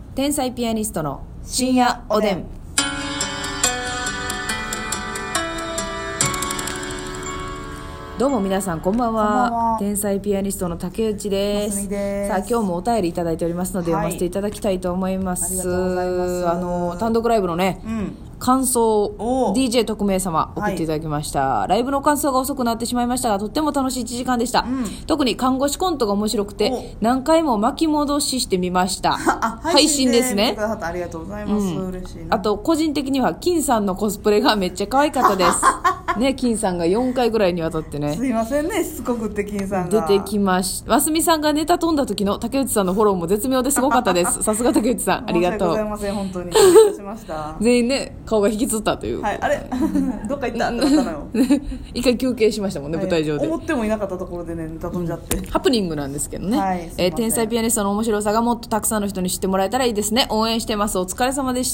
天才ピアニストの深夜おでん。どうも皆さんこんばんは。天才ピアニストの竹内です。さあ今日もお便りいただいておりますので、読ませていただきたいと思います。 ありがとうございます。 単独ライブのね、感想を DJ 特命様送っていただきました、ライブの感想が遅くなってしまいましたが、とっても楽しい1時間でした、特に看護師コントが面白くて何回も巻き戻ししてみました配信ですね。 ありがとうございます、嬉しいな。 あと個人的には金さんのコスプレがめっちゃ可愛かったですね、金さんが4回ぐらいにわたってね、 すいませんね、しつこくって金さんが出てきました。ますみさんがネタ飛んだ時の竹内さんのフォローも絶妙ですごかったですさすが竹内さん、ありがとう。 申し訳ございません、本当に失礼しました全員ね顔が引きつったという、 はい、あれどっか行ったってなったのよ一回休憩しましたもんね、舞台上で。 思ってもいなかったところでね、ネタ飛んじゃって、 ハプニングなんですけどね、 はい、 天才ピアニストの面白さがもっとたくさんの人に知ってもらえたらいいですね。応援してます。お疲れ様でした。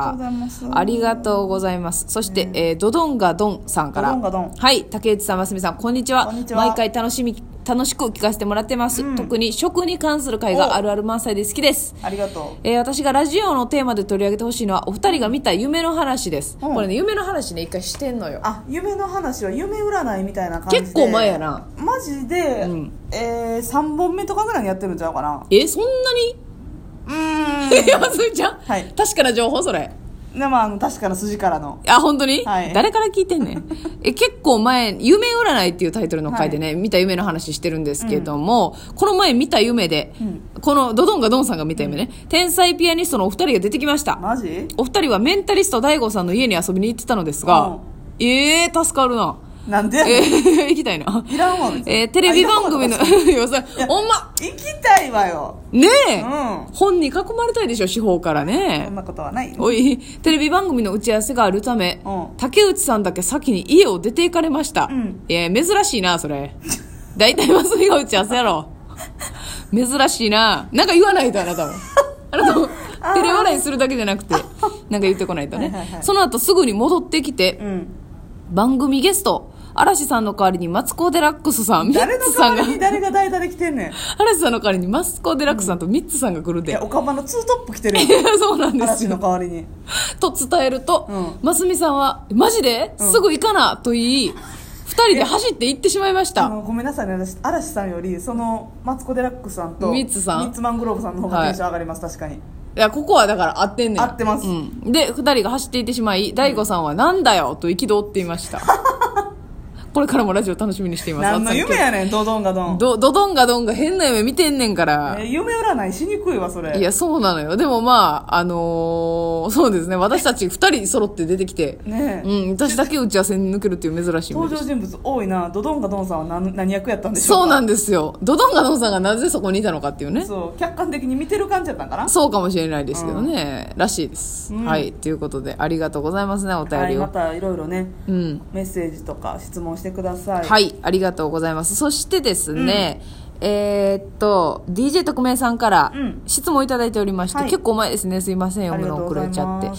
ありがとうございます。 ありがとうございます。そして、ドドンガドンさんから、はい、竹内さん、ますみさん、こんにちは。毎回楽しく聞かせてもらってます、特に食に関する回があるある満載で好きです。 ありがとう。 私がラジオのテーマで取り上げてほしいのはお二人が見た夢の話です、これね、夢の話ね一回してんのよ。 あ、夢の話は夢占いみたいな感じで結構前やな、 マジで、3本目とかぐらいにやってるんちゃうかな。 そんなにますみちゃん、はい、確かな情報それで、確かな筋からの。 あ、本当に、 はい、 誰から聞いてんねん結構前、夢占いっていうタイトルの回でね、見た夢の話してるんですけども、この前見た夢で、このドドンガドンさんが見た夢ね、天才ピアニストのお二人が出てきました。 マジ？ お二人はメンタリスト大悟さんの家に遊びに行ってたのですが、助かるな。 なんで行きたいな。 いらんわ。 テレビ番組のほんま行きたいわよねえ、本に囲まれたいでしょ、司法からね。 そんなことはない。 おい、テレビ番組の打ち合わせがあるため、竹内さんだけ先に家を出て行かれました、珍しいなそれ大体ますみが打ち合わせやろ珍しいな。なんか言わないと、あなたも照れ笑いするだけじゃなくてなんか言ってこないとね、その後すぐに戻ってきて、番組ゲスト嵐さんの代わりにマツコ・デラックスさん、ミッツさんが、 誰が代打で来てんねん。 嵐さんの代わりにマツコ・デラックスさんとミッツさんが来るで、 いや、オカマのツートップ来てるよそうなんですよ、 嵐の代わりにと伝えると、ますみさんはマジで、すぐ行かなと言い、2人で走って行ってしまいました。 ごめんなさいね、私嵐さんよりそのマツコ・デラックスさんとミッツマングローブさんの方がテンション上がります、確かに。 いや、ここはだから合ってんねん。 合ってます、 で2人が走っていってしまい、大悟さんはなんだよと憤っていましたこれからもラジオ楽しみにしています。 何の夢やねん、ドドンガドン。 ドドンガドンが変な夢見てんねんから、 夢占いしにくいわそれ。 いや、そうなのよ。でもそうですね、私たち2人揃って出てきて、私だけ打ち合わせに抜けるっていう珍しい登場人物多いな。ドドンガドンさんは何役やったんでしょうか。 そうなんですよ、ドドンガドンさんがなぜそこにいたのかっていうね。 そう、客観的に見てる感じやったんかな。 そうかもしれないですけどね、らしいです、はい。ということでありがとうございますね、お便りを、 またいろいろね、メッセージとか質問してください。 はい、ありがとうございます。そしてですね、DJ 特命さんから質問いただいておりまして、結構前ですね、すいません、読むの遅れちゃって。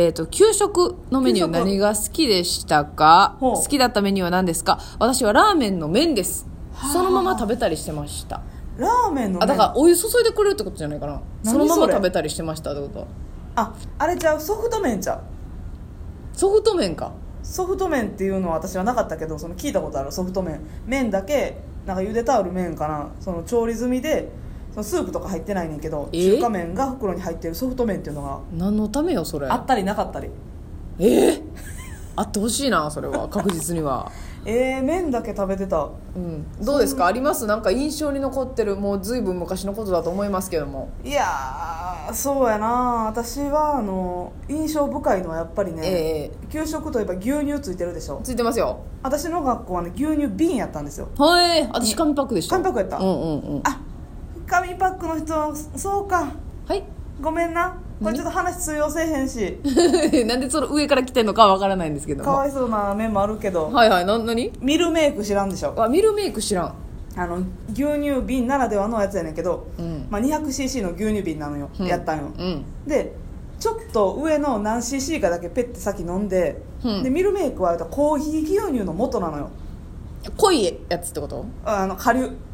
給食のメニュー何が好きでしたか？好きだったメニューは何ですか？私はラーメンの麺です。そのまま食べたりしてました。 ラーメンの麺、 だからお湯注いでくれるってことじゃないかな。そのまま食べたりしてましたってことは。 あれちゃう、ソフト麺ちゃう。 ソフト麺か。 ソフト麺っていうのは私はなかったけど、その聞いたことある。ソフト麺、麺だけなんか茹でタオル麺かな、その調理済みで、そのスープとか入ってないねんけど、中華麺が袋に入ってるソフト麺っていうのが何のためよそれ。 あったりなかったり。 あってほしいな、それは確実には麺だけ食べてた、 どうですか、あります？なんか印象に残ってる、もうずいぶん昔のことだと思いますけども。 いやー、そうやな。私は印象深いのはやっぱりね、給食といえば牛乳ついてるでしょ。 ついてますよ。 私の学校はね、牛乳瓶やったんですよ。 私紙パックでした。 紙パックやった。紙パックの人、そうか、 はい、 ごめんな、これちょっと話通用せえへんしなんでその上から来てんのかわからないんですけども、 かわいそうな面もあるけど、 何ミルメイク知らんでしょ。 ミルメイク知らん。 牛乳瓶ならではのやつやねんけど、200cc の牛乳瓶なのよ、やったんよ、でちょっと上の何 cc かだけペッて先飲んで、でミルメイクはコーヒー牛乳の元なのよ。 濃いやつってこと？ 顆粒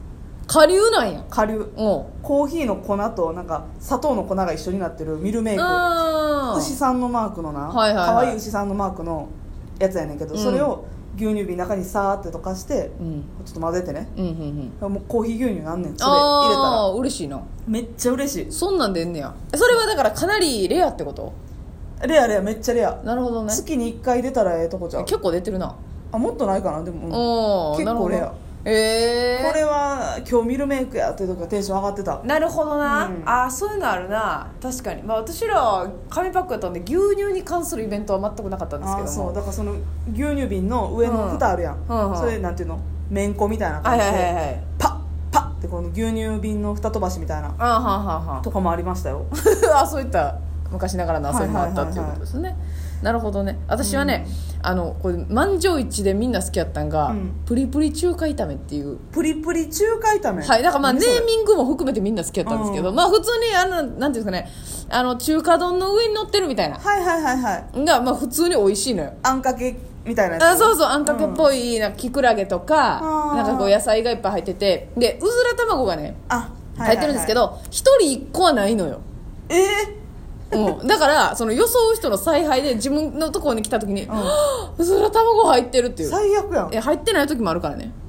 顆粒なんや。 顆粒。 おうコーヒーの粉となんか砂糖の粉が一緒になってるミルメイク、牛さんのマークのな、 はいはいはい、 かわいい牛さんのマークのやつやねんけど、それを牛乳瓶の中にさーって溶かして、ちょっと混ぜてね、もうコーヒー牛乳なんねん。それ入れたら嬉しいな。 めっちゃ嬉しい。 そんなんでんねや。それはだからかなりレアってこと？ レアめっちゃレア。 なるほどね。 月に1回出たらええとこじゃん。 結構出てるな。 もっとないかな。でも、結構レア。これは今日ミルメイクやっていう時はテンション上がってた。 なるほどな、そういうのあるな。確かに、私らは紙パックやったんで牛乳に関するイベントは全くなかったんですけども。 そうだからその牛乳瓶の上の蓋あるやん、それなんていうの、めんこみたいな感じで、パッパッってこの牛乳瓶の蓋飛ばしみたいなとかもありましたよ。 そういった昔ながらの遊びもあったっていうことですね。なるほどね。私はね、これ満場一致でみんな好きやったんが、プリプリ中華炒めっていう。 プリプリ中華炒め。 はい。だからネーミングも含めてみんな好きやったんですけど、普通になんていうんですかね、中華丼の上に乗ってるみたいな。が普通に美味しいのよ。 あんかけみたいなやつ。 そうそう、あんかけっぽいなんかきくらげとか、なんかこう野菜がいっぱい入ってて、でうずら卵がね入ってるんですけど、一人一個はないのよ。だからその予想う人の采配で自分のところに来た時に、うずら卵入ってるっていう。 最悪やん。 入ってない時もあるからね。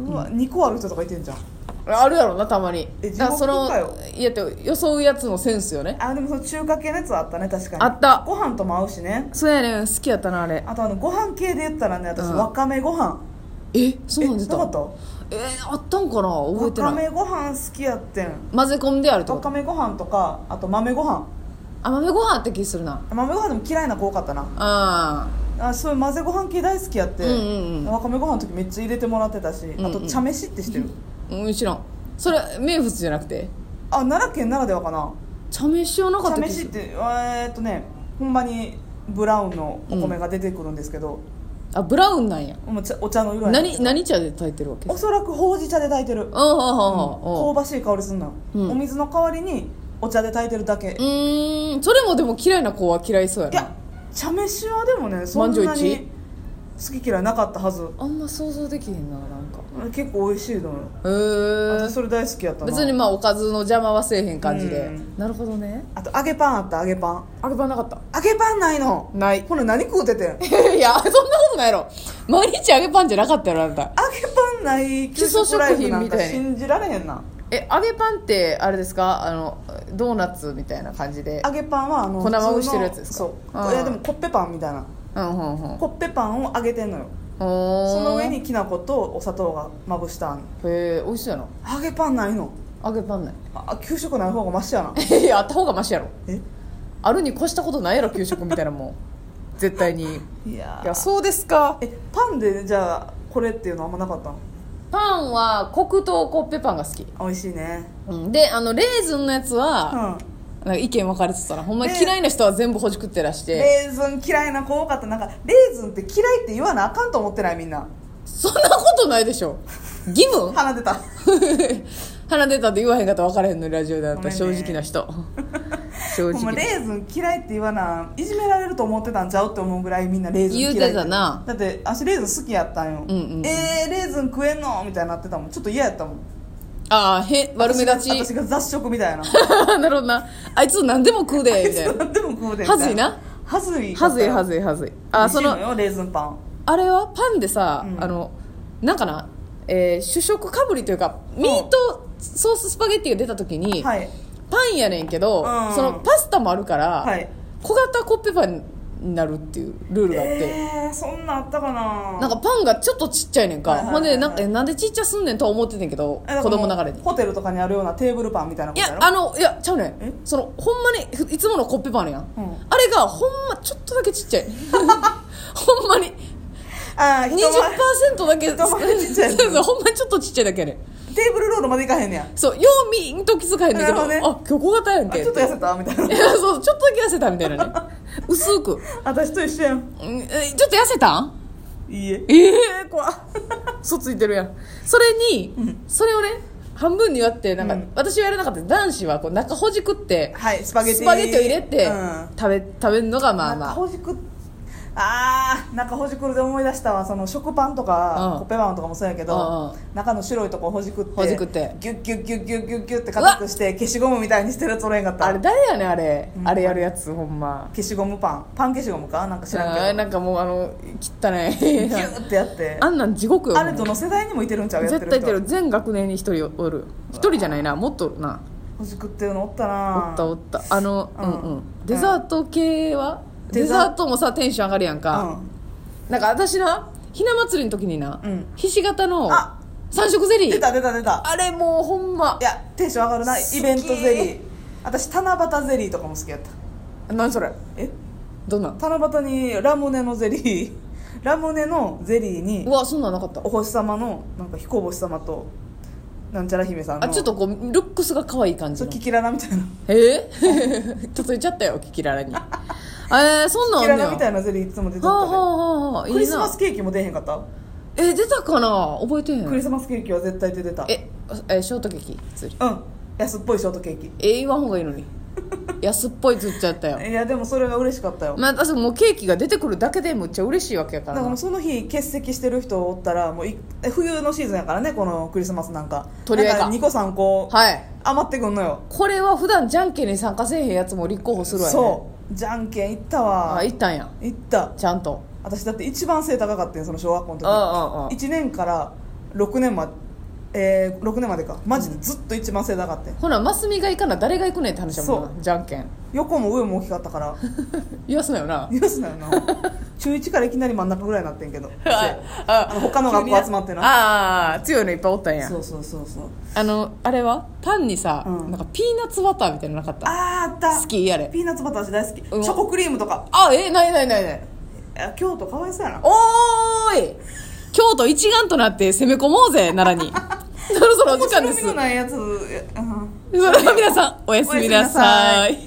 2個ある人とかいてんじゃん。 あるやろな、たまに。 だからその予想うやつのセンスよね。 でもその中華系のやつはあったね。確かにあった。 ご飯とも合うしね。 そうやね、好きやったなあれ。 あとご飯系で言ったらね、私わかめご飯。 そうなんですか。 なかった？ あったんかな、覚えてない。 わかめご飯好きやってん。 混ぜ込んであるってこと。 わかめご飯とか、あと豆ご飯。 豆ご飯って気するな。 豆ご飯でも嫌いな子多かったな。そういう混ぜご飯系大好きやって、わかめご飯の時めっちゃ入れてもらってたし、あと茶飯って知ってる？ 知らん。それ名物じゃなくて、 奈良県ならではかな。 茶飯はなかった気がする。茶飯ってほんまにブラウンのお米が出てくるんですけど、 ブラウンなんや。 お茶の色や。 何茶で炊いてるわけ？ おそらくほうじ茶で炊いてる。香ばしい香りすんの。お水の代わりにお茶で炊いてるだけ。 それもでも嫌いな子は嫌いそうやな。 いや、茶飯はでもね、そんなに好き嫌いなかったはず。 あんま想像できへんな。なんか結構美味しいのよ。私それ大好きやったな。 別におかずの邪魔はせえへん感じで。なるほどね。 あと揚げパンあった。揚げパンなかった。 揚げパンないの？ ない。 ほら何食うててん？ いや、そんなことないやろ。毎日揚げパンじゃなかったやろ、あんた。 揚げパンない給食ライフなんか信じられへんな。 揚げパンってあれですか？ドーナツみたいな感じで。 揚げパンは粉まぶしてるやつですか？ そう。いやでもコッペパンみたいな。コッペパンを揚げてんのよ。その上にきな粉とお砂糖がまぶしたん。 へえ、美味しそうやな。 揚げパンないの？ 揚げパンない。 給食ない方がマシやな。 いや、あった方がマシやろ。あるに越したことないやろ、給食みたいなもん。絶対に。いや、そうですか。 パンでじゃあこれっていうのあんまなかったの？ パンは黒糖コッペパンが好き。 美味しいね。 で、レーズンのやつは、なんか意見分かれてたら、ほんまに嫌いな人は全部ほじくってらして。 レーズン嫌いな子多かった。なんかレーズンって嫌いって言わなあかんと思ってない？みんなそんなことないでしょ。義務？ 鼻出た鼻出たって言わへんかったら分からへんのに、ラジオであったら正直な人。正直。 ほんまレーズン嫌いって言わな、いじめられると思ってたんちゃうって思うぐらいみんなレーズン嫌いって言うてたな。 だって私レーズン好きやったんよ。レーズン食えんのみたいになってたもん。ちょっと嫌やったもん。 悪目立ち。 私が雑食みたいな。 なるほどな。あいつ何でも食うでみたいな。 何でも食うで。 はずいな。 はずい。 はずいはずいはずい。 そのよレーズンパン。 あれはパンでさ、なんかな、主食かぶりというか、ミートソーススパゲッティが出た時に、パンやねんけど、そのパスタもあるから、小型コッペパンになるっていうルールがあって、 そんなあったかな。 なんかパンがちょっとちっちゃいねんか。ほんでなんでちっちゃすんねんとは思っててんけど、子供ながらにホテルとかにあるようなテーブルパンみたいなことやろ。 いやちゃうねん。そのほんまにいつものコッペパンやん、あれがほんまちょっとだけちっちゃい。ほんまに20% だけ一回りちっちゃい。 ほんまにちょっとちっちゃいだけやねん。 テーブルロールまでいかへんねや。 そう、よう見んと気づかへんねんけど、今日小型やんけ。 ちょっと痩せたみたいな。 いや、そう、ちょっとだけ痩せたみたいなね。薄く。 私と一緒やん。 ちょっと痩せたん？ いいえ。 怖っ。嘘ついてるやん。それをね、半分に割って、なんか、私はやらなかった。男子はこう中ほじくって、 スパゲッティを入れて、食べるのがまあまあ。 ほじく中ほじくるで思い出したわ。その食パンとか、 うんコッペパンとかもそうやけど、中の白いとこほじくってギュッギュッギュッギュッギュッギュッって硬くして消しゴムみたいにしてるやつおれんかった。 あれ誰やねんあれ、あれやるやつほんま。 消しゴムパン消しゴムかなんか知らんけど、 なんかもう切ったねギューってやってあんなん地獄よ。 あれどの世代にもいてるんちゃう？やってる人絶対いてる。全学年に一人おる。一人じゃないな、もっとおるな。 ほじくってるのおったな。 おったデザート系は、デザートもさテンション上がるやんか、なんか私なひな祭りの時にな、ひし形の3色ゼリー出たあれもうほんま、 いやテンション上がるな。イベントゼリー、私七夕ゼリーとかも好きやった。 何それ、どんなん？ 七夕にラムネのゼリーラムネのゼリーにうわそんなんなかった。 お星様のなんか彦星様となんちゃら姫さんのちょっとこうルックスが可愛い感じのキキララみたいな例えちゃったよキキララにそんなんあんねや。 キキララみたいなゼリーいつも出てったで、クリスマスケーキも出へんかった？ 出たかな、覚えてへん。 クリスマスケーキは絶対出てた。 ショートケーキ釣り、 安っぽいショートケーキ。 言わん方がいいのに安っぽいずっちゃったよ。 いやでもそれは嬉しかったよ。 私もうケーキが出てくるだけでむっちゃ嬉しいわけやからだからその日欠席してる人おったらもう冬のシーズンやからね、このクリスマスなんかとりあえず 2個3個余ってくんのよ。 これは普段じゃんけんに参加せえへんやつも立候補するわよね。 そうじゃんけん行ったわ。 行ったんや。 行ったちゃんと。 私だって一番背高かったんその小学校の時。1年から6年まで6年までかマジでずっと一番背高かった。 ほなマスミが行かな誰が行くねんって話やもんな。じゃんけん横も上も大きかったから言わすなよな言わすなよな中1からいきなり真ん中ぐらいになってんけど他の学校集まってな強いのいっぱいおったんや。 そうあれはパンにさ、なんかピーナッツバターみたいなのなかった？ あった好きあれ。 ピーナッツバター私大好き。チョコクリームとか。 ない京都かわいそうやな。 おーい京都一丸となって攻め込もうぜ奈良にそろそろお時間です。 面白みのないやつ、 それでは皆さんおやすみなさい。